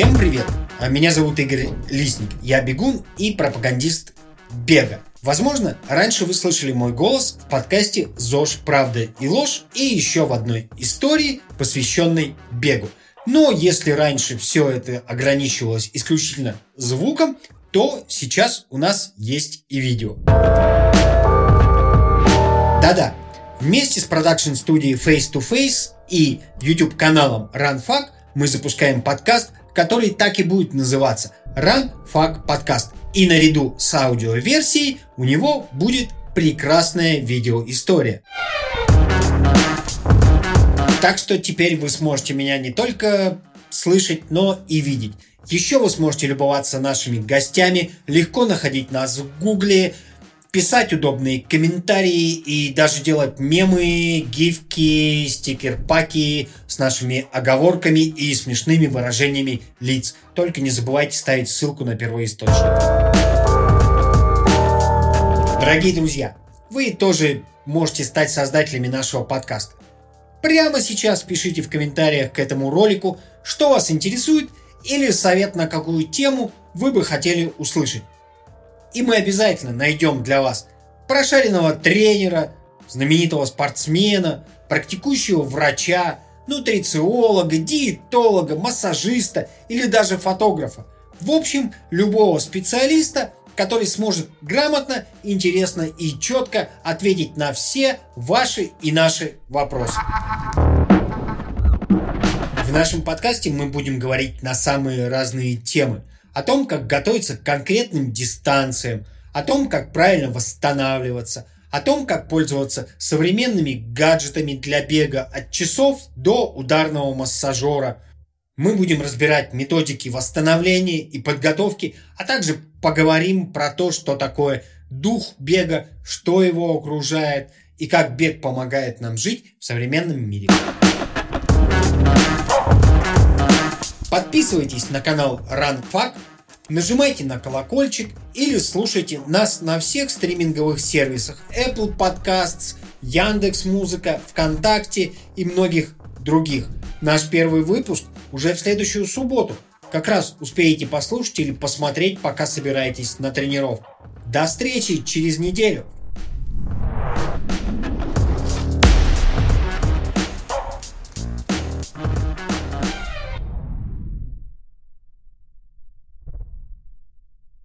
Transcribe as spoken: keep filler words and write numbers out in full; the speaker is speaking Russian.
Всем привет! Меня зовут Игорь Лисник. Я бегун и пропагандист бега. Возможно, раньше вы слышали мой голос в подкасте «ЗОЖ. Правда и ложь» и еще в одной истории, посвященной бегу. Но если раньше все это ограничивалось исключительно звуком, то сейчас у нас есть и видео. Да-да, вместе с продакшн-студией Face to Face и YouTube-каналом RunFuck мы запускаем подкаст, который так и будет называться RunFuck Podcast. И наряду с аудиоверсией у него будет прекрасная видеоистория. Так что теперь вы сможете меня не только слышать, но и видеть. Еще вы сможете любоваться нашими гостями, легко находить нас в Гугле, писать удобные комментарии и даже делать мемы, гифки, стикер-паки с нашими оговорками и смешными выражениями лиц. Только не забывайте ставить ссылку на первоисточник. Дорогие друзья, вы тоже можете стать создателями нашего подкаста. Прямо сейчас пишите в комментариях к этому ролику, что вас интересует или совет, на какую тему вы бы хотели услышать. И мы обязательно найдем для вас прошаренного тренера, знаменитого спортсмена, практикующего врача, нутрициолога, диетолога, массажиста или даже фотографа. В общем, любого специалиста, который сможет грамотно, интересно и четко ответить на все ваши и наши вопросы. В нашем подкасте мы будем говорить на самые разные темы. О том, как готовиться к конкретным дистанциям, о том, как правильно восстанавливаться, о том, как пользоваться современными гаджетами для бега от часов до ударного массажера. Мы будем разбирать методики восстановления и подготовки, а также поговорим про то, что такое дух бега, что его окружает и как бег помогает нам жить в современном мире. Подписывайтесь на канал RunFuck, нажимайте на колокольчик или слушайте нас на всех стриминговых сервисах Apple Podcasts, Яндекс.Музыка, ВКонтакте и многих других. Наш первый выпуск уже в следующую субботу. Как раз успеете послушать или посмотреть, пока собираетесь на тренировку. До встречи через неделю!